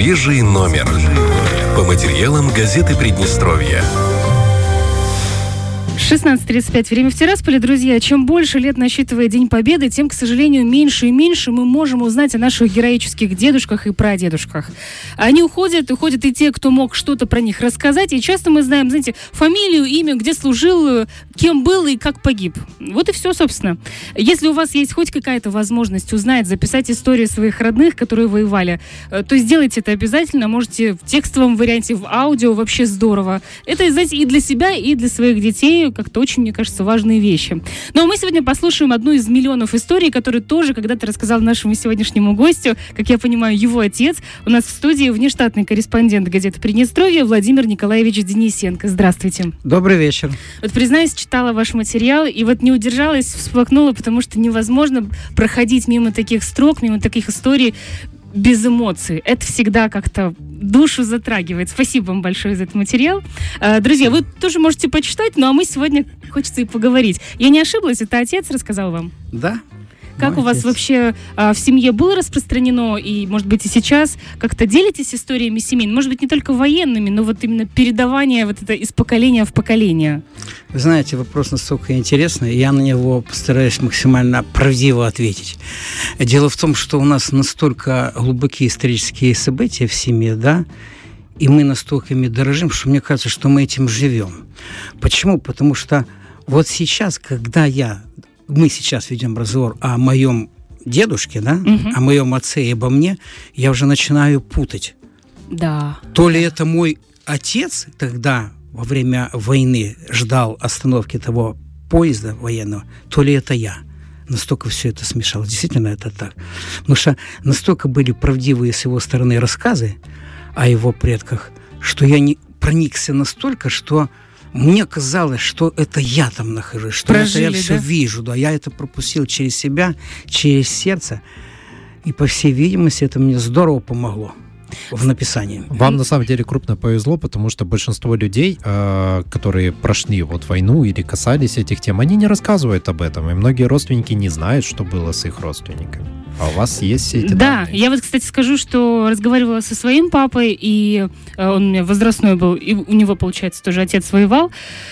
Свежий номер. По материалам газеты «Приднестровье». 16:35. Время в Тирасполе, друзья. Чем больше лет насчитывает День Победы, тем, к сожалению, меньше и меньше мы можем узнать о наших героических дедушках и прадедушках. Они уходят и те, кто мог что-то про них рассказать. И часто мы знаем, знаете, фамилию, имя, где служил, кем был и как погиб. Вот и все, собственно. Если у вас есть хоть какая-то возможность узнать, записать истории своих родных, которые воевали, то сделайте это обязательно. Можете в текстовом варианте, в аудио. Вообще здорово. Это, знаете, и для себя, и для своих детей как-то очень, мне кажется, важные вещи. Но мы сегодня послушаем одну из миллионов историй, которую тоже когда-то рассказал нашему сегодняшнему гостю, как я понимаю, его отец. У нас в студии внештатный корреспондент газеты «Приднестровье» Владимир Николаевич Денисенко. Здравствуйте. Добрый вечер. Вот, признаюсь, читала ваш материал и вот не удержалась, всплакнула, потому что невозможно проходить мимо таких строк, мимо таких историй без эмоций. Это всегда как-то душу затрагивает. Спасибо вам большое за этот материал. Друзья, вы тоже можете почитать, ну а мы сегодня хочется и поговорить. Я не ошиблась, это отец рассказал вам? Да. Как у вас вообще в семье было распространено, и, может быть, и сейчас как-то делитесь историями семей? Может быть, не только военными, но вот именно передавание вот это из поколения в поколение? Вы знаете, вопрос настолько интересный, и я на него постараюсь максимально правдиво ответить. Дело в том, что у нас настолько глубокие исторические события в семье, да, и мы настолько ими дорожим, что мне кажется, что мы этим живем. Почему? Потому что вот сейчас, когда мы сейчас ведем разговор о моем дедушке, да, о моем отце и обо мне, я уже начинаю путать. Да. То ли это мой отец тогда во время войны ждал остановки того поезда военного, то ли это я. Настолько все это смешалось. Действительно, это так. Потому что настолько были правдивые с его стороны рассказы о его предках, что я не проникся настолько, что мне казалось, что это я там нахожусь, что это я все вижу, да, я это пропустил через себя, через сердце, и, по всей видимости, это мне здорово помогло в написании. Вам, на самом деле, крупно повезло, потому что большинство людей, которые прошли вот войну или касались этих тем, они не рассказывают об этом, и многие родственники не знают, что было с их родственниками. А у вас есть все эти данные? Я вот, кстати, скажу, что разговаривала со своим папой, и он у меня возрастной был, и у него, получается, тоже отец воевал.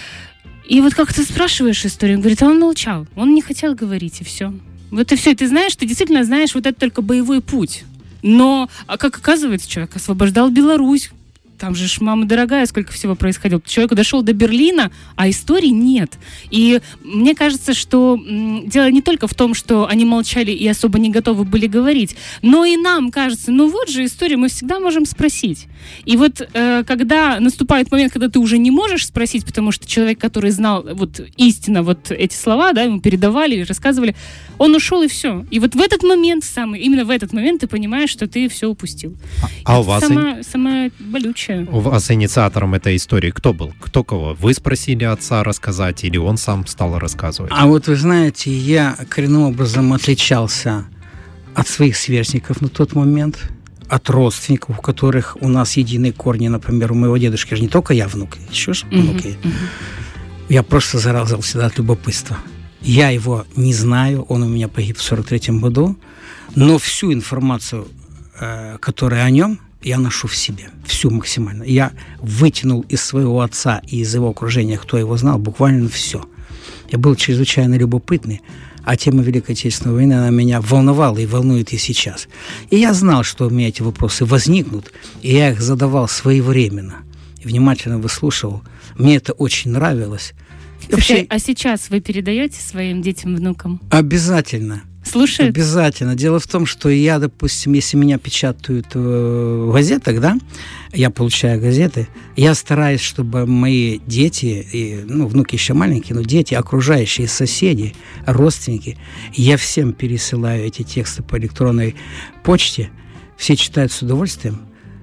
И вот как ты спрашиваешь историю, он говорит, а он молчал, он не хотел говорить, и все. Вот и все, и ты знаешь, ты действительно знаешь, вот это только боевой путь. Но, как оказывается, человек освобождал Беларусь. Там же мама дорогая, сколько всего происходило. Человек дошел до Берлина, а историй нет. И мне кажется, что дело не только в том, что они молчали и особо не готовы были говорить, но и нам кажется, ну вот же история, мы всегда можем спросить. И вот когда наступает момент, когда ты уже не можешь спросить, потому что человек, который знал вот истинно вот эти слова, да, ему передавали, рассказывали, он ушел и все. И вот в этот момент, именно в этот момент ты понимаешь, что ты все упустил. А у вас... Самое болючее. У вас инициатором этой истории кто был? Кто кого? Вы спросили отца рассказать или он сам стал рассказывать? А вот вы знаете, я коренным образом отличался от своих сверстников на тот момент, от родственников, у которых у нас единые корни. Например, у моего дедушки же не только я внук, еще же внуки. Я просто заразил всегда от любопытства. Я его не знаю, он у меня погиб в 1943 году, но всю информацию, которая о нем, я ношу в себе, всю максимально. Я вытянул из своего отца и из его окружения, кто его знал, буквально все. Я был чрезвычайно любопытный, а тема Великой Отечественной войны, она меня волновала и волнует и сейчас. И я знал, что у меня эти вопросы возникнут, и я их задавал своевременно. И внимательно выслушивал. Мне это очень нравилось. Вообще... А сейчас вы передаете своим детям, внукам? Обязательно. Слушают? Обязательно. Дело в том, что я, допустим, если меня печатают в газетах, да, я получаю газеты, я стараюсь, чтобы мои дети, и, внуки еще маленькие, но дети, окружающие, соседи, родственники, я всем пересылаю эти тексты по электронной почте, все читают с удовольствием,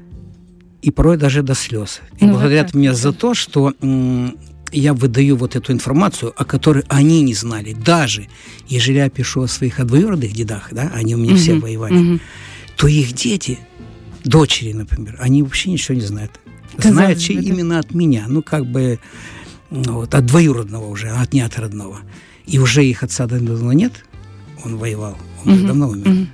и порой даже до слез. И благодарят мне за то, что... я выдаю вот эту информацию, о которой они не знали. Даже ежели я пишу о своих двоюродных дедах, да, они у меня все воевали, то их дети, дочери, например, они вообще ничего не знают. Знают именно от меня. От двоюродного уже, не от родного. И уже их отца давно нет, он воевал, он уже давно умер.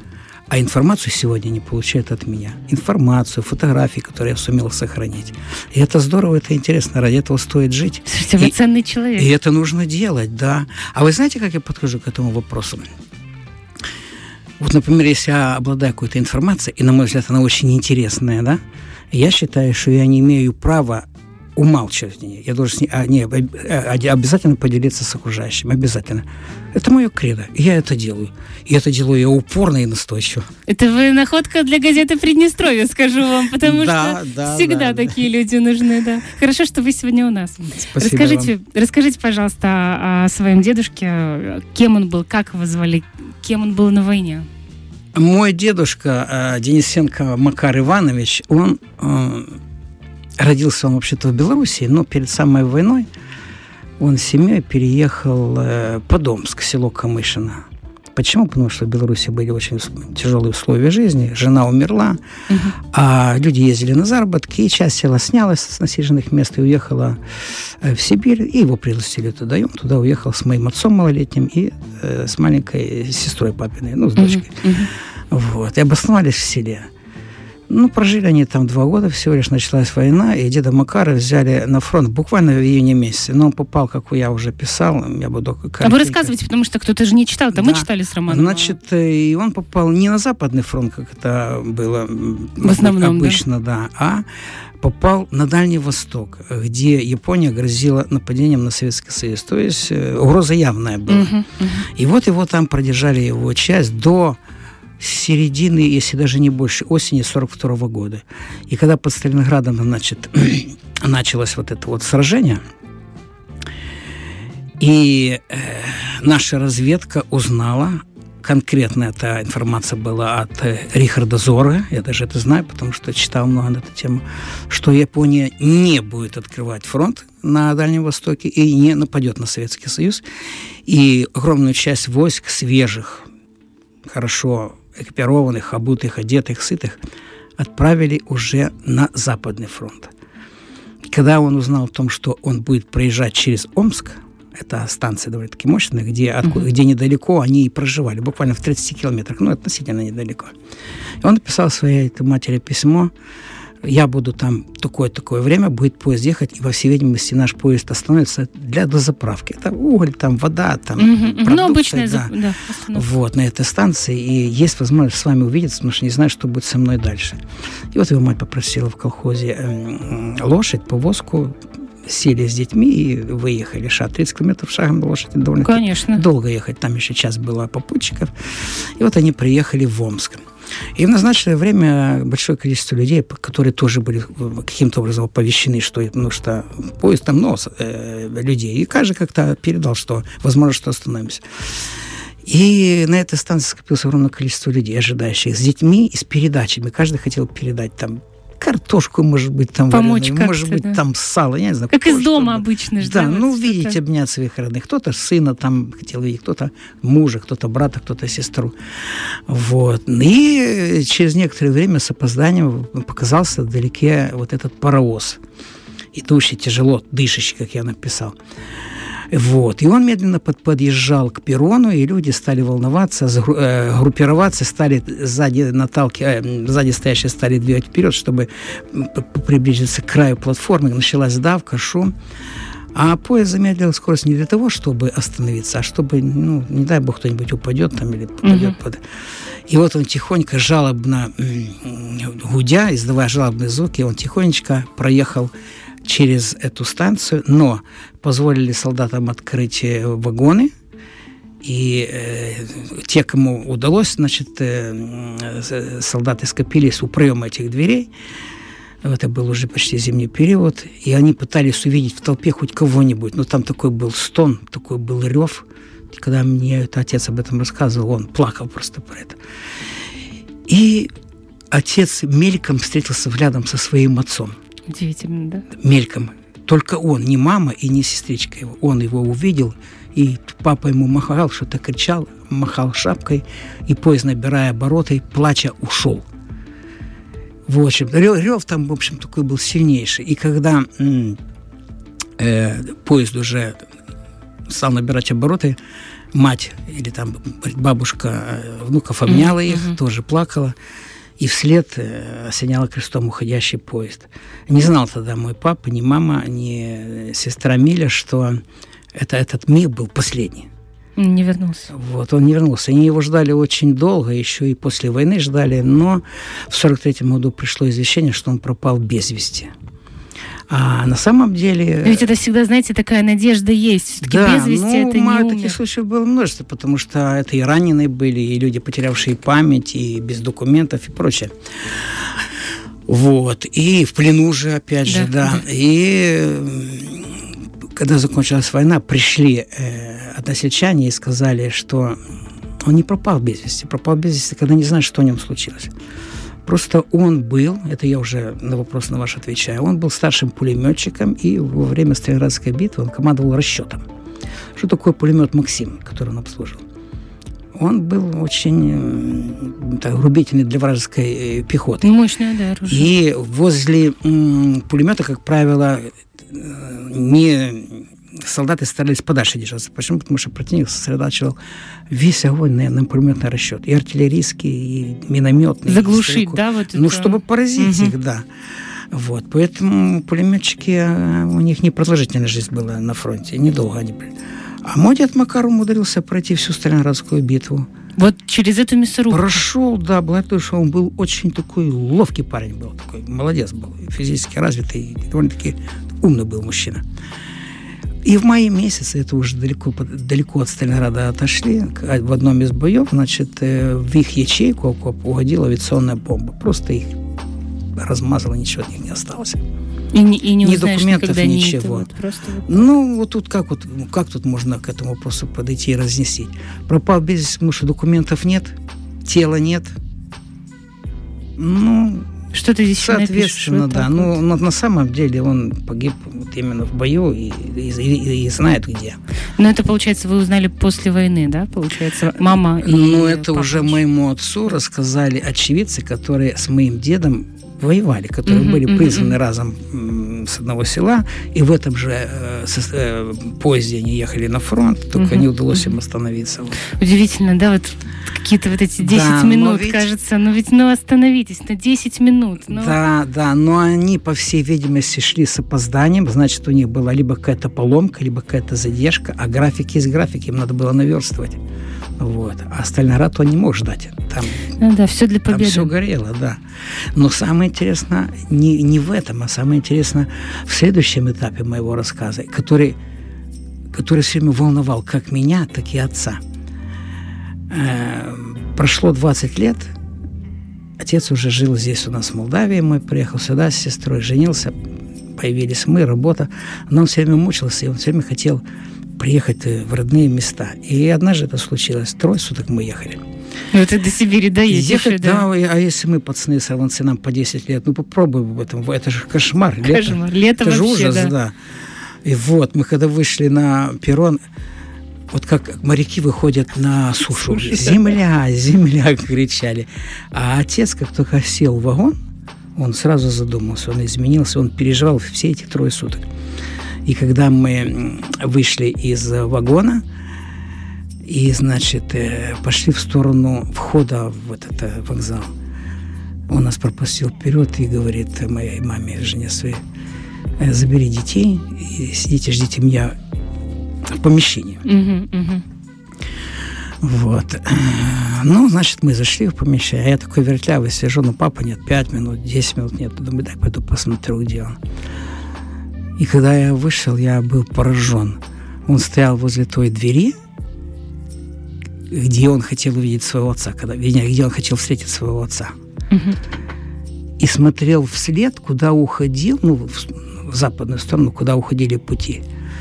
А информацию сегодня они получают от меня. Информацию, фотографии, которые я сумел сохранить. И это здорово, это интересно. Ради этого стоит жить. Слушайте, вы ценный человек. И это нужно делать, да. А вы знаете, как я подхожу к этому вопросу? Вот, например, если я обладаю какой-то информацией, и, на мой взгляд, она очень интересная, да, я считаю, что я не имею права умалчивать о ней. Я должен обязательно поделиться с окружающим. Обязательно. Это мое кредо. И я это делаю. И это делаю я упорно и настойчиво. Это вы находка для газеты «Приднестровье», скажу вам, потому что всегда такие люди нужны. Да. Хорошо, что вы сегодня у нас. Спасибо. Расскажите, пожалуйста, о своем дедушке. Кем он был, как его звали, кем он был на войне? Мой дедушка Денисенко Макар Иванович, он... Родился он вообще-то в Белоруссии, но перед самой войной он с семьей переехал под Омск, село Камышино. Почему? Потому что в Беларуси были очень тяжелые условия жизни, жена умерла, а люди ездили на заработки, и часть села снялась с насиженных мест и уехала в Сибирь, и его пригласили туда, и он туда уехал с моим отцом малолетним и с маленькой сестрой папиной, с дочкой. Вот, и обосновались в селе. Прожили они там 2 года, всего лишь началась война, и деда Макара взяли на фронт буквально в июне месяце. Но он попал, как я уже писал, я буду... А вы рассказывайте, потому что кто-то же не читал, мы читали с Романом. Значит, и он попал не на Западный фронт, как это было в основном, обычно, а попал на Дальний Восток, где Япония грозила нападением на Советский Союз. То есть угроза явная была. И вот его там продержали, его часть, до середины, если даже не больше, осени 1942 года. И когда под Сталинградом, началось вот это вот сражение, и наша разведка узнала, конкретно эта информация была от Рихарда Зорга, я даже это знаю, потому что читал много на эту тему, что Япония не будет открывать фронт на Дальнем Востоке и не нападет на Советский Союз. И огромную часть войск свежих, хорошо экипированных, обутых, одетых, сытых, отправили уже на Западный фронт. Когда он узнал о том, что он будет проезжать через Омск, это станция довольно-таки мощная, где недалеко они и проживали, буквально в 30 километрах, относительно недалеко. И он написал своей матери письмо: я буду там такое-такое время, будет поезд ехать, и, во всей видимости, наш поезд остановится для дозаправки. Это уголь, там вода, там продукция. Обычная вот, на этой станции. И есть возможность с вами увидеться, потому что не знаю, что будет со мной дальше. И вот его мать попросила в колхозе лошадь, повозку, сели с детьми и выехали. 30 километров шагом до лошади довольно долго ехать. Там еще час было попутчиков. И вот они приехали в Омск. И в назначенное время большое количество людей, которые тоже были каким-то образом оповещены, что поезд там людей. И каждый как-то передал, что возможно, что остановимся. И на этой станции скопилось огромное количество людей, ожидающих, с детьми и с передачами. Каждый хотел передать там картошку, может быть, там помочь вареную, может быть, там сало, я не знаю. Как из дома обычно. Да, видеть, обнять своих родных. Кто-то сына там хотел видеть, кто-то мужа, кто-то брата, кто-то сестру. Вот. И через некоторое время с опозданием показался вдалеке вот этот паровоз, идущий тяжело, дышащий, как я написал. Вот. И он медленно подъезжал к перрону, и люди стали волноваться, группироваться, стали сзади стоящие стали двигать вперед, чтобы приблизиться к краю платформы. Началась давка, шум. А поезд замедлил скорость не для того, чтобы остановиться, а чтобы, не дай бог, кто-нибудь упадет там или попадет под... И вот он тихонько, жалобно гудя, издавая жалобные звуки, он тихонечко проехал через эту станцию, но позволили солдатам открыть вагоны, и те, кому удалось, солдаты скопились у проема этих дверей. Это был уже почти зимний период, и они пытались увидеть в толпе хоть кого-нибудь, но там такой был стон, такой был рев. И когда мне отец об этом рассказывал, он плакал просто про это. И отец мельком встретился взглядом со своим отцом. Удивительно, да? Мельком. Только он, не мама и не сестричка его. Он его увидел, и папа ему махал, что-то кричал, махал шапкой, и поезд, набирая обороты, плача, ушел. В общем, рев там, в общем, такой был сильнейший. И когда поезд уже стал набирать обороты, мать или там бабушка внуков обняла их, тоже плакала. И вслед осеняла крестом уходящий поезд. Не знал тогда мой папа, ни мама, ни сестра Миля, что этот миг был последний. Не вернулся. Вот, он не вернулся. Они его ждали очень долго, еще и после войны ждали, но в 1943 году пришло извещение, что он пропал без вести. А на самом деле... Но ведь это всегда, знаете, такая надежда есть. Все-таки да, без вести это не умер. Таких случаев было множество, потому что это и раненые были, и люди, потерявшие память, и без документов, и прочее. Вот. И в плену же, опять же, да. И когда закончилась война, пришли односельчане и сказали, что он не пропал без вести. Пропал без вести, когда не знают, что о нем случилось. Просто он был, это я уже на вопрос на ваш отвечаю, он был старшим пулеметчиком, и во время Сталинградской битвы он командовал расчетом. Что такое пулемет «Максим», который он обслуживал? Он был очень губительный для вражеской пехоты. Мощное, да, оружие. И возле пулемета, как правило, солдаты старались подальше держаться. Почему? Потому что противник сосредотачивал весь огонь на пулеметный расчет. И артиллерийский, и минометный. Заглушить, да? Вот ну, это... чтобы поразить их, да. Вот. Поэтому пулеметчики, у них непродолжительная жизнь была на фронте. Недолго они были. А мой дед Макар умудрился пройти всю Сталинградскую битву. Вот через эту мясорубку. Прошел, да, благодаря, что он был очень такой ловкий парень был, такой молодец был, физически развитый, довольно-таки умный был мужчина. И в мае месяце, это уже далеко от Сталинграда отошли, в одном из боев, значит, в их ячейку угодила авиационная бомба. Просто их размазало, ничего от них не осталось. И не ни узнаешь документов, никогда, ничего. Вот, просто вот. Ну, вот тут как тут можно к этому вопросу подойти и разнести? Пропал без вести, потому что документов нет, тела нет. Ну, что ты здесь соответственно, напишешь, да. Вот. Но на самом деле он погиб вот именно в бою и знает где. Но это, получается, вы узнали после войны, да? Получается, мама и Ну, это папа уже моему отцу рассказали очевидцы, которые с моим дедом воевали, которые были призваны разом с одного села, и в этом же поезде они ехали на фронт, только не удалось им остановиться. Удивительно, да, вот какие-то вот эти 10 минут, кажется, остановитесь на 10 минут. Да, но они, по всей видимости, шли с опозданием, значит, у них была либо какая-то поломка, либо какая-то задержка, а графики есть графики, им надо было наверстывать. Вот. А Сталинград он не мог ждать. Там, все для победы. Там все горело, да. Но самое интересное не в этом, а самое интересное в следующем этапе моего рассказа, который все время волновал как меня, так и отца. Прошло 20 лет, отец уже жил здесь у нас в Молдавии, мой приехал сюда с сестрой, женился, появились мы, работа. Но он все время мучился, и он все время хотел приехать в родные места. И однажды это случилось. 3 суток мы ехали. Ну, это до Сибири доедешь, ехать, да? А если мы, пацаны, сорванцы, нам по 10 лет, попробуй в этом. Это же кошмар. Кошмар. Лето это вообще, же ужас, да. И вот, мы когда вышли на перрон, вот как моряки выходят на сушу. Земля, кричали. А отец, как только сел в вагон, он сразу задумался, он изменился, он переживал все эти 3 суток. И когда мы вышли из вагона и, значит, пошли в сторону входа в этот вокзал, он нас пропустил вперед и говорит моей маме, жене своей: забери детей и сидите, ждите меня в помещении. Вот. Ну, значит, мы зашли в помещение, а я такой вертлявый сижу, папа нет, 5 минут, 10 минут нет. Думаю, дай пойду посмотрю, где он. И когда я вышел, я был поражен. Он стоял возле той двери, где он хотел увидеть своего отца, где он хотел встретить своего отца. И смотрел вслед, куда уходил, в западную сторону, куда уходили пути.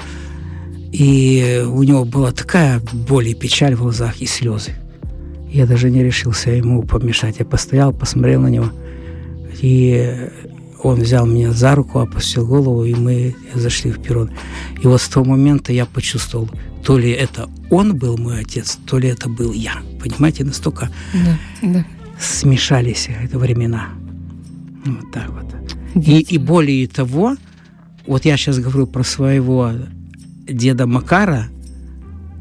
И у него была такая боль и печаль в глазах, и слезы. Я даже не решился ему помешать. Я постоял, посмотрел на него, и он взял меня за руку, опустил голову, и мы зашли в перрон. И вот с того момента я почувствовал, то ли это он был мой отец, то ли это был я. Понимаете, настолько смешались эти времена. Вот так вот. И более того, вот я сейчас говорю про своего деда Макара,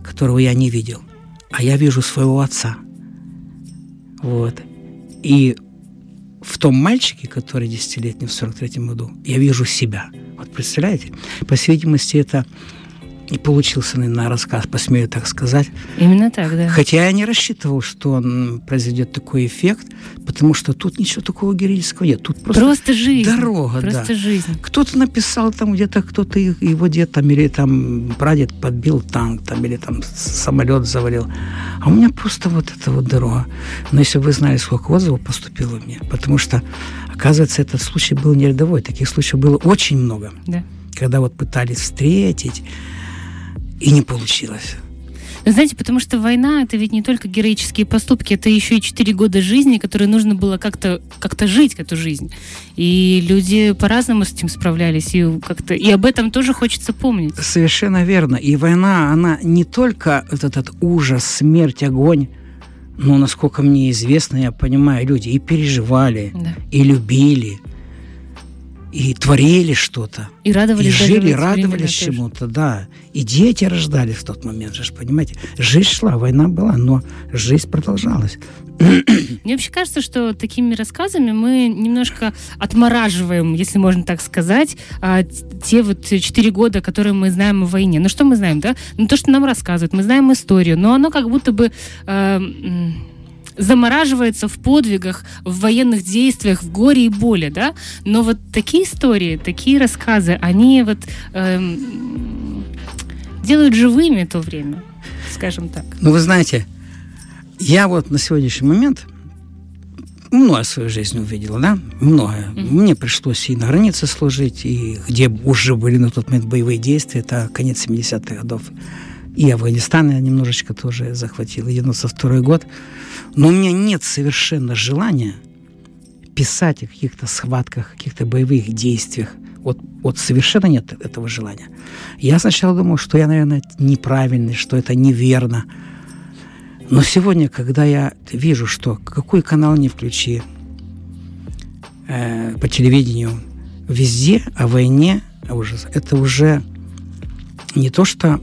которого я не видел, а я вижу своего отца. Вот. И в том мальчике, который 10-летний в 43-м году, я вижу себя. Вот представляете? По всей видимости, это и получился на рассказ, посмею так сказать. Именно так, да. Хотя я не рассчитывал, что он произведет такой эффект, потому что тут ничего такого героического нет. Тут просто жизнь. Дорога, просто да. Жизнь. Кто-то написал там где-то, кто-то его дед там, или там прадед подбил танк, там, или там самолет завалил. А у меня просто вот эта вот дорога. Но если бы вы знали, сколько отзывов поступило мне, потому что, оказывается, этот случай был не рядовой. Таких случаев было очень много. Да. Когда вот пытались встретить, и не получилось. Но знаете, потому что война — это ведь не только героические поступки, это еще и 4 года жизни, которые нужно было как-то жить эту жизнь. И люди по-разному с этим справлялись, и об этом тоже хочется помнить. Совершенно верно. И война, она не только этот ужас, смерть, огонь, но, насколько мне известно, я понимаю, люди и переживали, да. И любили, и творили что-то. И радовались. И жили, радовались чему-то, да. И дети рождались в тот момент, же, понимаете. Жизнь шла, война была, но жизнь продолжалась. Мне вообще кажется, что такими рассказами мы немножко отмораживаем, если можно так сказать, те вот 4 года, которые мы знаем о войне. Ну, что мы знаем, да? Ну, то, что нам рассказывают. Мы знаем историю, но оно как будто бы... замораживается в подвигах, в военных действиях, в горе и боли, да? Но вот такие истории, такие рассказы, они вот делают живыми то время, скажем так. Ну, вы знаете, я вот на сегодняшний момент многое в своей жизни увидел, да? Многое. Мне пришлось и на границе служить, и где уже были на тот момент боевые действия, это конец 70-х годов. И Афганистан я немножечко тоже захватил, 92-й год. Но у меня нет совершенно желания писать о каких-то схватках, каких-то боевых действиях. Вот совершенно нет этого желания. Я сначала думал, что я, наверное, неправильный, что это неверно. Но сегодня, когда я вижу, что какой канал ни включи по телевидению, везде о войне, ужас, это уже не то, что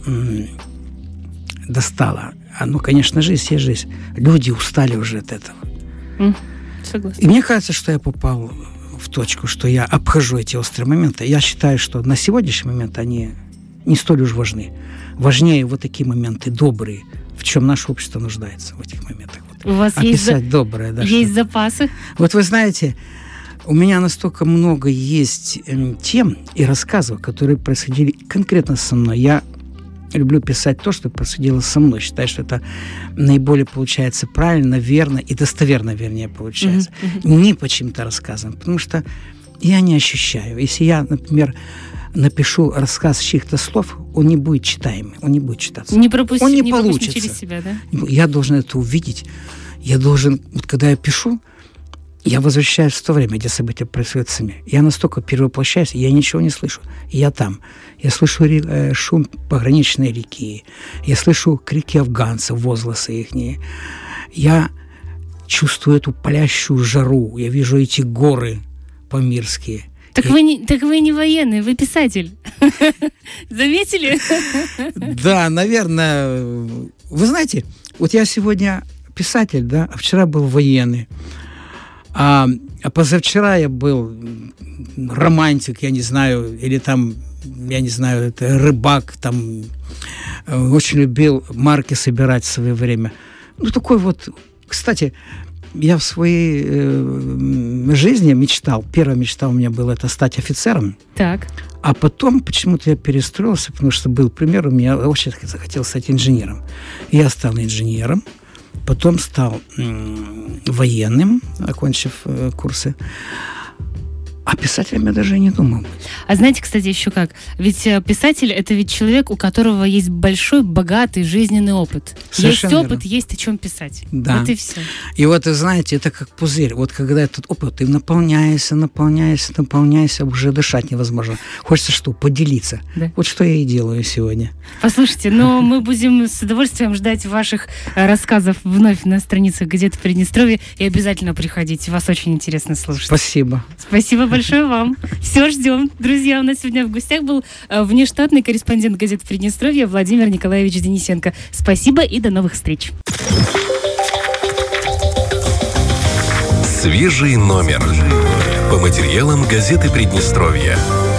достало. Ну, конечно, жизнь есть жизнь. Люди устали уже от этого. Согласна. И мне кажется, что я попал в точку, что я обхожу эти острые моменты. Я считаю, что на сегодняшний момент они не столь уж важны. Важнее вот такие моменты добрые, в чем наше общество нуждается в этих моментах. Вот. У вас описать доброе. Да, есть запасы? Вот вы знаете, у меня настолько много есть тем и рассказов, которые происходили конкретно со мной. Я люблю писать то, что происходило со мной. Считаю, что это наиболее получается правильно, верно и достоверно, вернее, получается. Не по чьим-то рассказам, потому что я не ощущаю. Если я, например, напишу рассказ с чьих-то слов, он не будет читаемый, он не будет читаться. Он не получится. Через себя, да? Я должен это увидеть. Я должен, вот когда я пишу, я возвращаюсь в то время, где события происходят сами. Я настолько перевоплощаюсь, я ничего не слышу. Я там. Я слышу шум пограничной реки. Я слышу крики афганцев, возгласы их. Я чувствую эту палящую жару. Я вижу эти горы памирские. Так вы не военный, вы писатель. Заметили? Да, наверное. Вы знаете, вот я сегодня писатель, да, а вчера был военный. А позавчера я был романтик, я не знаю, или там, я не знаю, это рыбак, там, очень любил марки собирать в свое время. Ну, такой вот, кстати, я в своей жизни мечтал, первая мечта у меня была это стать офицером. Так. А потом почему-то я перестроился, потому что был пример, у меня очень захотел стать инженером. Я стал инженером. Потом стал военным, окончив курсы. А писателем я даже не думал. А знаете, кстати, еще как? Ведь писатель — это ведь человек, у которого есть большой, богатый жизненный опыт. Совершенно есть опыт, верно. Есть о чем писать. Да. Вот и все. И вот, знаете, это как пузырь. Вот когда этот опыт, ты наполняешься, уже дышать невозможно. Хочется что? Поделиться. Да. Вот что я и делаю сегодня. Послушайте, но мы будем с удовольствием ждать ваших рассказов вновь на страницах газеты «Приднестровье». И обязательно приходите. Вас очень интересно слушать. Спасибо. Спасибо большое. большое вам. Все ждем. Друзья, у нас сегодня в гостях был внештатный корреспондент газеты «Приднестровье» Владимир Николаевич Денисенко. Спасибо и до новых встреч. Свежий номер. По материалам газеты «Приднестровье».